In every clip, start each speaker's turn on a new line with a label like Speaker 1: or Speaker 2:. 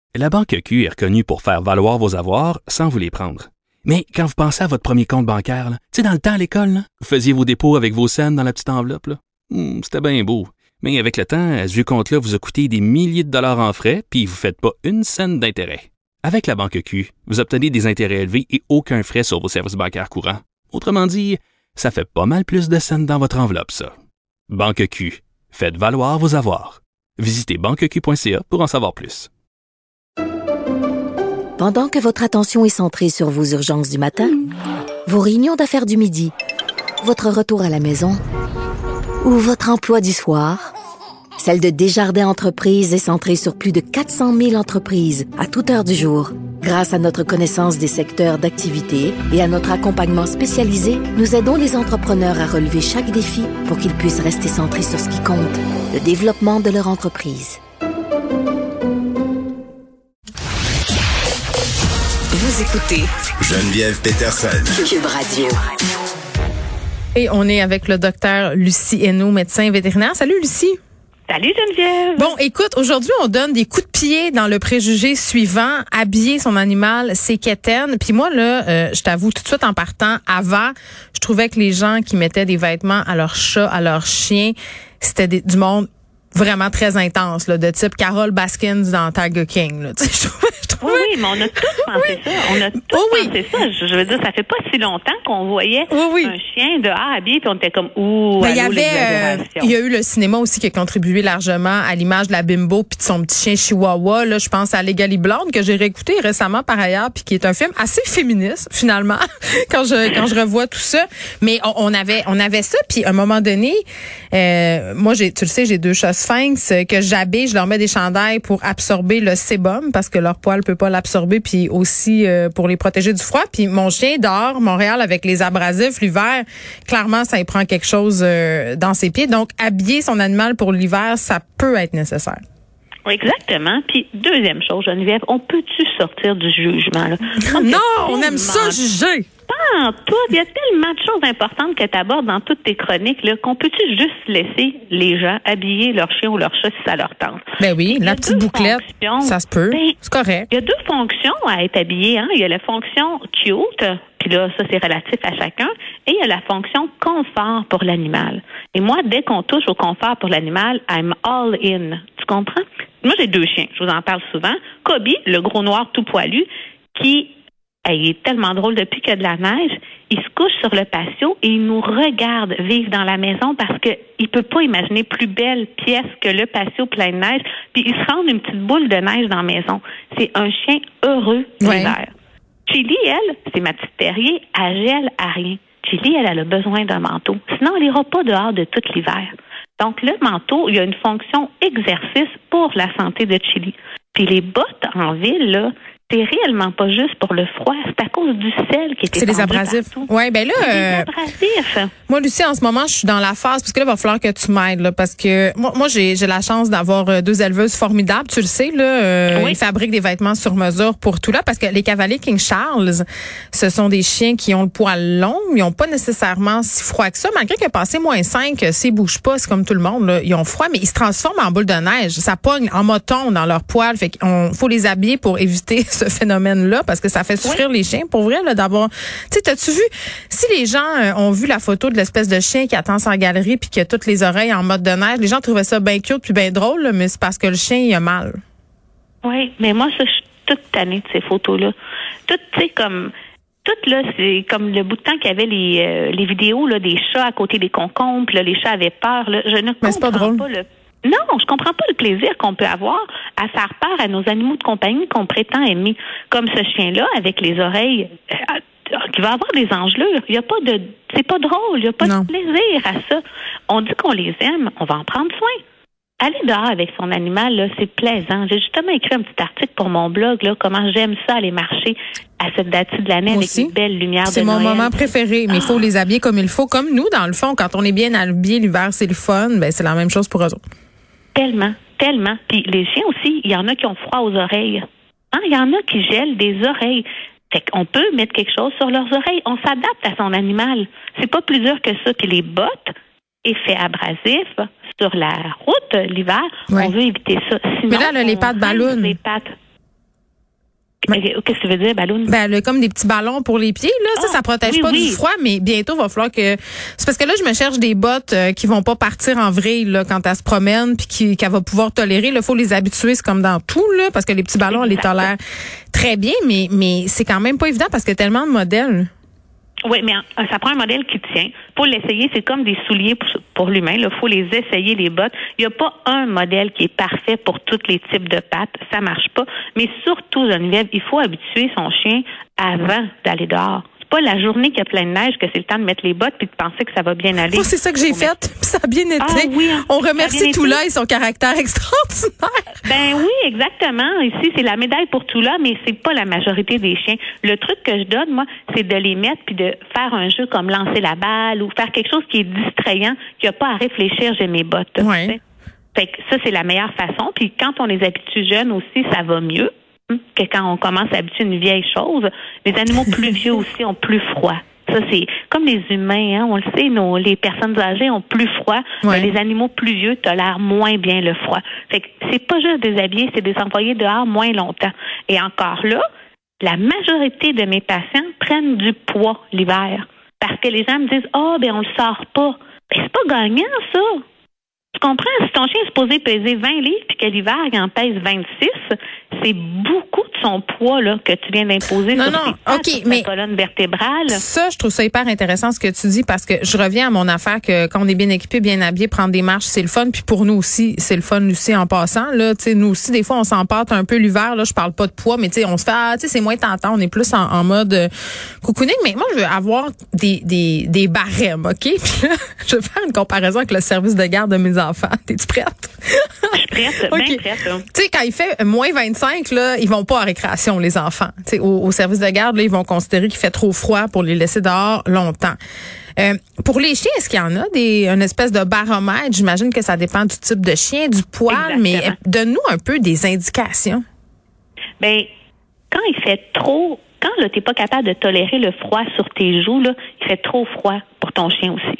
Speaker 1: La Banque Q est reconnue pour faire valoir vos avoirs sans vous les prendre. Mais quand vous pensez à votre premier compte bancaire, tu sais, dans le temps à l'école, là, vous faisiez vos dépôts avec vos scènes dans la petite enveloppe. Là. C'était bien beau. Mais avec le temps, ce vieux compte-là vous a coûté des milliers de dollars en frais, puis vous ne faites pas une scène d'intérêt. Avec la Banque Q, vous obtenez des intérêts élevés et aucun frais sur vos services bancaires courants. Autrement dit, ça fait pas mal plus de scènes dans votre enveloppe, ça. Banque Q. Faites valoir vos avoirs. Visitez banqueq.ca pour en savoir plus.
Speaker 2: Pendant que votre attention est centrée sur vos urgences du matin, vos réunions d'affaires du midi, votre retour à la maison ou votre emploi du soir, celle de Desjardins Entreprises est centrée sur plus de 400 000 entreprises à toute heure du jour. Grâce à notre connaissance des secteurs d'activité et à notre accompagnement spécialisé, nous aidons les entrepreneurs à relever chaque défi pour qu'ils puissent rester centrés sur ce qui compte, le développement de leur entreprise.
Speaker 3: Vous écoutez
Speaker 4: Geneviève Peterson.
Speaker 3: Cube Radio.
Speaker 5: Et on est avec le docteur Lucie Hainaut, médecin vétérinaire. Salut Lucie.
Speaker 6: Salut Geneviève.
Speaker 5: Bon, écoute, aujourd'hui, on donne des coups de pied dans le préjugé suivant. Habiller son animal, c'est quétaine. Puis moi, là, je t'avoue tout de suite en partant, avant, je trouvais que les gens qui mettaient des vêtements à leur chat, à leur chien, c'était du monde vraiment très intense, là, de type Carole Baskins dans Tiger King. Là. Je trouvais...
Speaker 6: Oui, mais on a tous pensé ça. On a tous pensé ça. Je veux dire, ça fait pas si longtemps qu'on voyait un chien dehors habillé, puis on était comme ouh.
Speaker 5: Mais il y a eu le cinéma aussi qui a contribué largement à l'image de la bimbo puis de son petit chien chihuahua. Là, je pense à Legally Blonde que j'ai réécouté récemment par ailleurs, puis qui est un film assez féministe finalement quand je revois tout ça. Mais on avait ça, puis à un moment donné, moi tu le sais, j'ai 2 chats sphinx que j'habille, je leur mets des chandails pour absorber le sébum parce que leur poil peut pas l'absorber, puis aussi pour les protéger du froid. Puis mon chien dort Montréal avec les abrasifs l'hiver, clairement ça y prend quelque chose dans ses pieds. Donc habiller son animal pour l'hiver, ça peut être nécessaire.
Speaker 6: Exactement. Puis deuxième chose, Geneviève, on peut-tu sortir du jugement là?
Speaker 5: Non, on aime ça juger.
Speaker 6: Toi, il y a tellement de choses importantes que tu abordes dans toutes tes chroniques là, qu'on peut-tu juste laisser les gens habiller leur chien ou leur chat si ça leur tente?
Speaker 5: Ben oui, la petite bouclette, ça se peut, c'est correct.
Speaker 6: Il y a 2 fonctions à être habillé. Hein? Il y a la fonction cute, puis là, ça c'est relatif à chacun, et il y a la fonction confort pour l'animal. Et moi, dès qu'on touche au confort pour l'animal, I'm all in. Tu comprends? Moi, j'ai 2 chiens, je vous en parle souvent. Kobe, le gros noir tout poilu, qui... il est tellement drôle depuis qu'il y a de la neige. Il se couche sur le patio et il nous regarde vivre dans la maison parce que il peut pas imaginer plus belle pièce que le patio plein de neige. Puis il se rend une petite boule de neige dans la maison. C'est un chien heureux l'hiver. Chili, elle, c'est ma petite terrier, elle gèle à rien. Chili, elle a besoin d'un manteau. Sinon, elle ira pas dehors de tout l'hiver. Donc, le manteau, il y a une fonction exercice pour la santé de Chili. Puis les bottes en ville, là, c'est réellement pas juste pour le froid, c'est à cause du sel qui est étendu.
Speaker 5: C'est les abrasifs. Oui, ben là,
Speaker 6: les abrasifs.
Speaker 5: Moi, Lucie, en ce moment, je suis dans la phase, parce que là, il va falloir que tu m'aides, là, parce que moi, j'ai la chance d'avoir 2 éleveuses formidables, tu le sais, là, ils fabriquent des vêtements sur mesure pour tout là, parce que les cavaliers King Charles, ce sont des chiens qui ont le poil long, ils ont pas nécessairement si froid que ça, malgré que passé -5, s'ils bougent pas, c'est comme tout le monde, là, ils ont froid, mais ils se transforment en boule de neige, ça pogne en moton dans leur poil, fait qu'on faut les habiller pour éviter ce phénomène-là, parce que ça fait souffrir les chiens, pour vrai, là, d'avoir... Tu sais, t'as-tu vu, si les gens ont vu la photo de l'espèce de chien qui attend sa galerie puis qui a toutes les oreilles en mode de neige, les gens trouvaient ça bien cute puis bien drôle, là, mais c'est parce que le chien, il a mal.
Speaker 6: Oui, mais moi, ça, je suis toute tannée de ces photos-là. Tu sais, comme... Tout, là, c'est comme le bout de temps qu'il y avait les vidéos, là, des chats à côté des concombres, puis là, les chats avaient peur, là. Je ne
Speaker 5: mais c'est pas drôle.
Speaker 6: Pas le... Non, je comprends pas le plaisir qu'on peut avoir à faire peur à nos animaux de compagnie qu'on prétend aimer. Comme ce chien-là, avec les oreilles, qui va avoir des engelures. Il y a pas de, c'est pas drôle. Il y a pas de plaisir à ça. On dit qu'on les aime. On va en prendre soin. Aller dehors avec son animal, là, c'est plaisant. J'ai justement écrit un petit article pour mon blog, là, comment j'aime ça aller marcher à cette date-ci de l'année avec une belle lumière de Noël.
Speaker 5: C'est mon moment préféré, mais il faut les habiller comme il faut. Comme nous, dans le fond, quand on est bien habillé l'hiver, c'est le fun. Ben, c'est la même chose pour eux autres.
Speaker 6: Tellement, tellement. Puis les chiens aussi, il y en a qui ont froid aux oreilles. Hein? Il y en a qui gèlent des oreilles. Fait qu'on peut mettre quelque chose sur leurs oreilles. On s'adapte à son animal. C'est pas plus dur que ça. Puis les bottes, effet abrasif, sur la route l'hiver, on veut éviter ça. Sinon,
Speaker 5: mais là, les pattes ballon.
Speaker 6: Les pattes. Qu'est-ce que tu veux dire, ballon?
Speaker 5: Comme des petits ballons pour les pieds, là. Ça protège pas du froid, mais bientôt, il va falloir que... C'est parce que là, je me cherche des bottes qui vont pas partir en vrille, là, quand elle se promène, puis qu'elle va pouvoir tolérer. Il faut les habituer, c'est comme dans tout, là, parce que les petits ballons, on les tolère très bien, mais c'est quand même pas évident parce qu'il y a tellement de modèles.
Speaker 6: Oui, mais ça prend un modèle qui tient. Faut l'essayer. C'est comme des souliers pour l'humain. Il faut les essayer, les bottes. Il n'y a pas un modèle qui est parfait pour tous les types de pattes. Ça marche pas. Mais surtout, Geneviève, il faut habituer son chien avant d'aller dehors. Pas la journée qu'il y a plein de neige que c'est le temps de mettre les bottes puis de penser que ça va bien aller.
Speaker 5: Moi, c'est ça que j'ai fait. Puis ça a bien été. On remercie Toula et son caractère extraordinaire.
Speaker 6: Oui, exactement. Ici, c'est la médaille pour Toula, mais c'est pas la majorité des chiens. Le truc que je donne, moi, c'est de les mettre puis de faire un jeu comme lancer la balle ou faire quelque chose qui est distrayant, qui n'a pas à réfléchir, j'ai mes bottes.
Speaker 5: Ouais.
Speaker 6: Fait que ça, c'est la meilleure façon. Puis quand on les habitue jeunes aussi, ça va mieux que quand on commence à habituer une vieille chose. Les animaux plus vieux aussi ont plus froid. Ça, c'est comme les humains, on le sait, les personnes âgées ont plus froid, mais les animaux plus vieux tolèrent moins bien le froid. Fait que c'est pas juste des habiller, c'est des envoyer dehors moins longtemps. Et encore là, la majorité de mes patients prennent du poids l'hiver. Parce que les gens me disent, on le sort pas. Ben, c'est pas gagnant, ça. Tu comprends? Si ton chien est supposé peser 20 livres puis que l'hiver, il en pèse 26, c'est beaucoup de son poids là, que tu viens d'imposer sur ta colonne vertébrale.
Speaker 5: Ça, je trouve ça hyper intéressant ce que tu dis parce que je reviens à mon affaire que quand on est bien équipé, bien habillé, prendre des marches, c'est le fun. Puis pour nous aussi, c'est le fun aussi en passant. Là, nous aussi, des fois, on s'empâte un peu l'hiver. Là, je parle pas de poids, mais on se fait, c'est moins tentant. On est plus en mode cocooning. Mais moi, je veux avoir des barèmes, OK? Puis là, je vais faire une comparaison avec le service de garde de mes enfants. T'es-tu prête?
Speaker 6: Je suis prête, bien prête.
Speaker 5: Tu sais, quand il fait moins 25, là, ils vont pas à récréation, les enfants. Tu sais, au service de garde, là, ils vont considérer qu'il fait trop froid pour les laisser dehors longtemps. Pour les chiens, est-ce qu'il y en a une espèce de baromètre? J'imagine que ça dépend du type de chien, du poil, mais donne-nous un peu des indications.
Speaker 6: Ben, quand il fait trop, quand là, t'es pas capable de tolérer le froid sur tes joues, là, il fait trop froid pour ton chien aussi.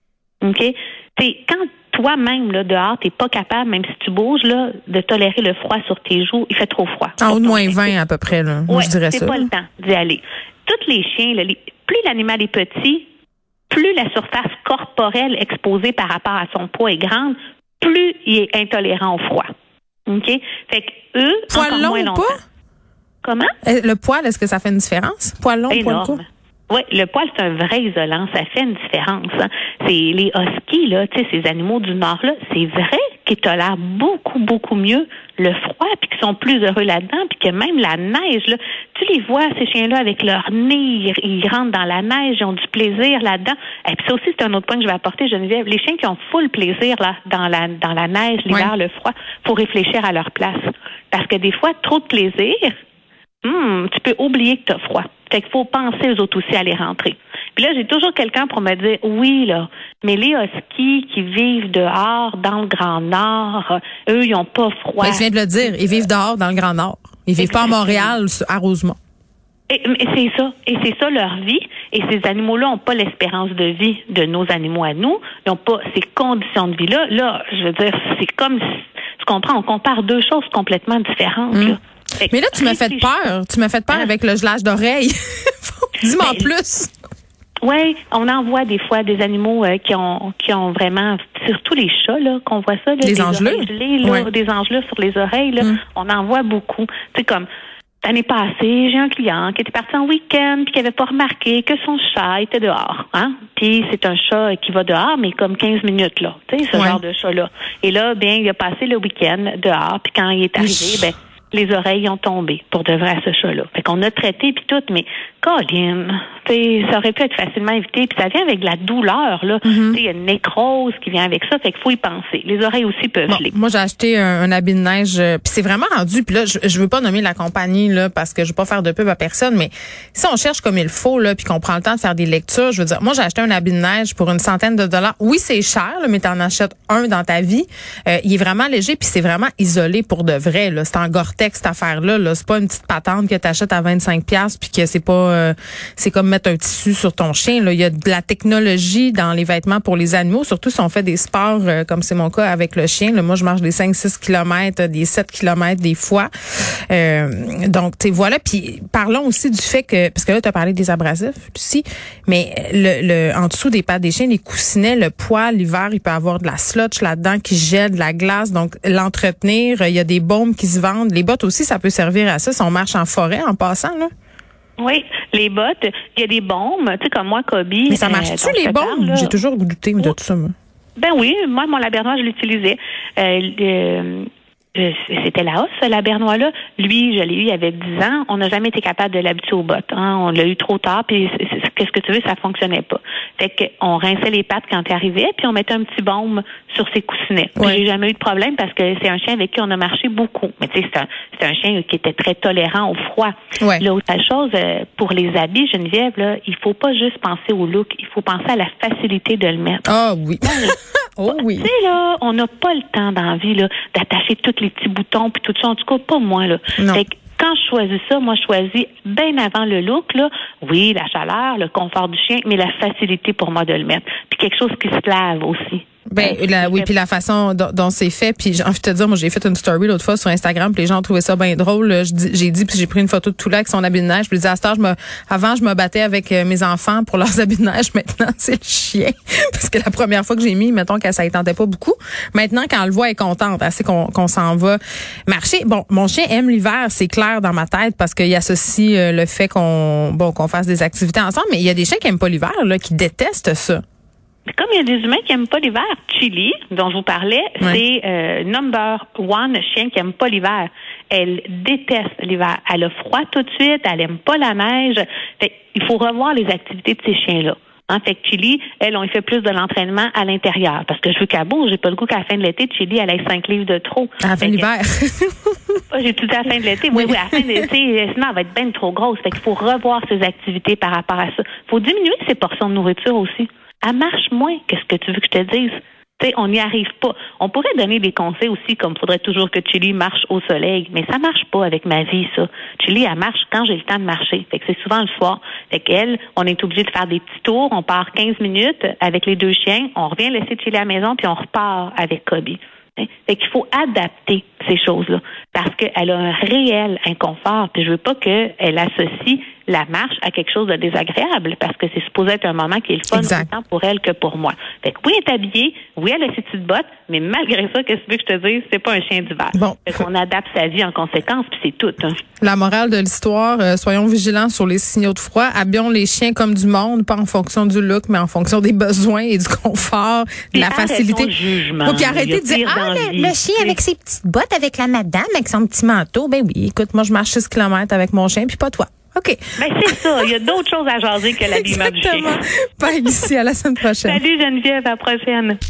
Speaker 6: OK? Quand toi-même, là, dehors, t'es pas capable, même si tu bouges, là, de tolérer le froid sur tes joues, il fait trop froid.
Speaker 5: En haut de moins 20 à peu près, là. Moi, je dirais ça.
Speaker 6: C'est pas le temps d'y aller. Tous les chiens, là, plus l'animal est petit, plus la surface corporelle exposée par rapport à son poids est grande, plus il est intolérant au froid. OK? Fait que eux,
Speaker 5: poil
Speaker 6: encore
Speaker 5: long
Speaker 6: moins longtemps.
Speaker 5: Pas?
Speaker 6: Comment?
Speaker 5: Le poil, est-ce que ça fait une différence? Poil long, poil court?
Speaker 6: Oui, le poil, c'est un vrai isolant. Ça fait une différence. Hein. C'est les huskies, là, tu sais, ces animaux du Nord-là, c'est vrai qu'ils tolèrent beaucoup, beaucoup mieux le froid, puis qu'ils sont plus heureux là-dedans, puis que même la neige, là, tu les vois, ces chiens-là, avec leur nez, ils rentrent dans la neige, ils ont du plaisir là-dedans. Et puis ça aussi, c'est un autre point que je vais apporter, Geneviève. Les chiens qui ont full plaisir là dans la neige, l'hiver, le froid, faut réfléchir à leur place. Parce que des fois, trop de plaisir, tu peux oublier que tu as froid. Fait qu'il faut penser aux autres aussi à les rentrer. Puis là, j'ai toujours quelqu'un pour me dire, oui, là, mais les huskies qui vivent dehors, dans le Grand Nord, eux, ils n'ont pas froid.
Speaker 5: Mais je viens de le dire, ils vivent dehors, dans le Grand Nord. Ils vivent pas à Montréal, à Rosemont.
Speaker 6: Et c'est ça. Et c'est ça leur vie. Et ces animaux-là n'ont pas l'espérance de vie de nos animaux à nous. Ils n'ont pas ces conditions de vie-là. Là, je veux dire, c'est comme, tu comprends, on compare deux choses complètement différentes, là.
Speaker 5: Mais là, tu m'as fait peur. Tu m'as fait peur avec le gelage d'oreilles. Dis-moi en plus.
Speaker 6: Oui, on en voit des fois des animaux qui ont vraiment, surtout les chats, là, qu'on voit ça. Là,
Speaker 5: des engelures?
Speaker 6: Des engelures sur les oreilles, là. On en voit beaucoup. Tu sais, comme, l'année passée, j'ai un client qui était parti en week-end puis qui avait pas remarqué que son chat était dehors. Hein? Puis c'est un chat qui va dehors, mais comme 15 minutes, là. Tu sais, ce genre de chat-là. Et là, bien, il a passé le week-end dehors, puis quand il est arrivé, les oreilles ont tombé pour de vrai à ce chat-là. Fait qu'on a traité puis tout, mais Colin, ça aurait pu être facilement évité. Puis ça vient avec de la douleur, là. Il y a une nécrose qui vient avec ça, fait qu'il faut y penser. Les oreilles aussi peuvent geler.
Speaker 5: Moi, j'ai acheté un habit de neige, puis c'est vraiment rendu, puis là, je veux pas nommer la compagnie, là, parce que je veux pas faire de pub à personne, mais si on cherche comme il faut, là, puis qu'on prend le temps de faire des lectures, je veux dire, moi, j'ai acheté un habit de neige pour une centaine de dollars. Oui, c'est cher, là, mais t'en achètes un dans ta vie. Il est vraiment léger, puis c'est vraiment isolé pour de vrai, là. C'est en Gore-Tex, cette affaire-là, là. C'est pas une petite patente que t'achètes à 25$, puis que c'est pas, c'est comme mettre mettre un tissu sur ton chien. Là. Il y a de la technologie dans les vêtements pour les animaux, surtout si on fait des sports comme c'est mon cas avec le chien. Là, moi, je marche des 5-6 kilomètres, des 7 kilomètres des fois. Donc, tu sais, voilà. Puis parlons aussi du fait que, parce que là, tu as parlé des abrasifs aussi, mais en dessous des pattes des chiens, les coussinets, le poil, l'hiver, il peut avoir de la slotch là-dedans qui gèle, de la glace. Donc, l'entretenir, il y a des baumes qui se vendent. Les bottes aussi, ça peut servir à ça si on marche en forêt en passant, là.
Speaker 6: Oui, les bottes, il y a des baumes, tu sais, comme moi, Kobe.
Speaker 5: Mais ça marche-tu, les baumes? J'ai toujours douté de tout ça, moi.
Speaker 6: Ben oui, moi, mon labernois, je l'utilisais. C'était la hausse, ce labernois-là. Lui, je l'ai eu il y avait 10 ans. On n'a jamais été capable de l'habituer aux bottes. Hein. On l'a eu trop tard, puis qu'est-ce que tu veux, ça fonctionnait pas. Fait qu'on rinçait les pattes quand il arrivait, puis on mettait un petit baume sur ses coussinets. Ouais. J'ai jamais eu de problème parce que c'est un chien avec qui on a marché beaucoup. Mais tu sais, c'est un chien qui était très tolérant au froid. Ouais. L'autre chose, pour les habits, Geneviève, là, il faut pas juste penser au look, il faut penser à la facilité de le mettre.
Speaker 5: Ah oui. Oh oui.
Speaker 6: Tu sais, là, on n'a pas le temps dans la vie, là, d'attacher tous les petits boutons puis tout ça. En tout cas, pas moi, là.
Speaker 5: Non.
Speaker 6: Fait que quand je choisis ça, moi, je choisis bien avant le look, là. Oui, la chaleur, le confort du chien, mais la facilité pour moi de le mettre. Puis quelque chose qui se lave aussi.
Speaker 5: Oui, puis la façon dont c'est fait, puis j'ai envie de te dire, moi j'ai fait une story l'autre fois sur Instagram, puis les gens ont trouvé ça bien drôle. J'ai dit, puis j'ai pris une photo de Toula avec son habit de neige, puis je disais à cette heure, avant je me battais avec mes enfants pour leurs habits de neige, maintenant c'est le chien, parce que la première fois que j'ai mis, mettons que ça ne tentait pas beaucoup. Maintenant quand elle le voit, elle est contente, assez qu'on s'en va marcher. Bon, mon chien aime l'hiver, c'est clair dans ma tête, parce qu'il associe le fait qu'on fasse des activités ensemble, mais il y a des chiens qui aiment pas l'hiver, là, qui détestent ça.
Speaker 6: Comme il y a des humains qui n'aiment pas l'hiver, Chili, dont je vous parlais, c'est number one chien qui n'aime pas l'hiver. Elle déteste l'hiver. Elle a froid tout de suite, elle n'aime pas la neige. Fait, il faut revoir les activités de ces chiens-là. Hein, fait que Chili, elle, on y fait plus de l'entraînement à l'intérieur. Parce que je veux qu'elle bouge. J'ai pas le goût qu'à la fin de l'été, Chili, elle ait 5 livres de trop.
Speaker 5: À la fin de l'hiver.
Speaker 6: J'ai tout à la fin de l'été. Oui, à la fin de l'été, sinon elle va être bien trop grosse. Fait qu'il faut revoir ses activités par rapport à ça. Il faut diminuer ses portions de nourriture aussi. Elle marche moins. Qu'est-ce que tu veux que je te dise? T'sais, on n'y arrive pas. On pourrait donner des conseils aussi, comme il faudrait toujours que Chili marche au soleil, mais ça marche pas avec ma vie, ça. Chili, elle marche quand j'ai le temps de marcher. Fait que c'est souvent le soir. Fait qu'elle, on est obligé de faire des petits tours. On part 15 minutes avec les 2 chiens. On revient laisser Chili à la maison, puis on repart avec Kobe. Fait qu'il faut adapter ces choses-là parce qu'elle a un réel inconfort. Puis je veux pas qu'elle associe la marche à quelque chose de désagréable parce que c'est supposé être un moment qui est le fun autant pour elle que pour moi. Fait que oui, elle est habillée, oui, elle a ses petites bottes, mais malgré ça, qu'est-ce que tu veux que je te dise? C'est pas un chien d'hiver.
Speaker 5: Bon.
Speaker 6: Fait qu'on adapte sa vie en conséquence, puis c'est tout. Hein.
Speaker 5: La morale de l'histoire, soyons vigilants sur les signaux de froid. Habillons les chiens comme du monde, pas en fonction du look, mais en fonction des besoins et du confort, de la facilité. Puis arrêtez de dire, le chien avec ses petites bottes, avec la madame, avec son petit manteau. Ben oui, écoute, moi je marche 6 kilomètres avec mon chien, puis pas toi. OK.
Speaker 6: Ben c'est ça. Il y a d'autres choses à jaser que l'habillement du chien.
Speaker 5: Pas ici. À la semaine prochaine.
Speaker 6: Salut Geneviève, à la prochaine.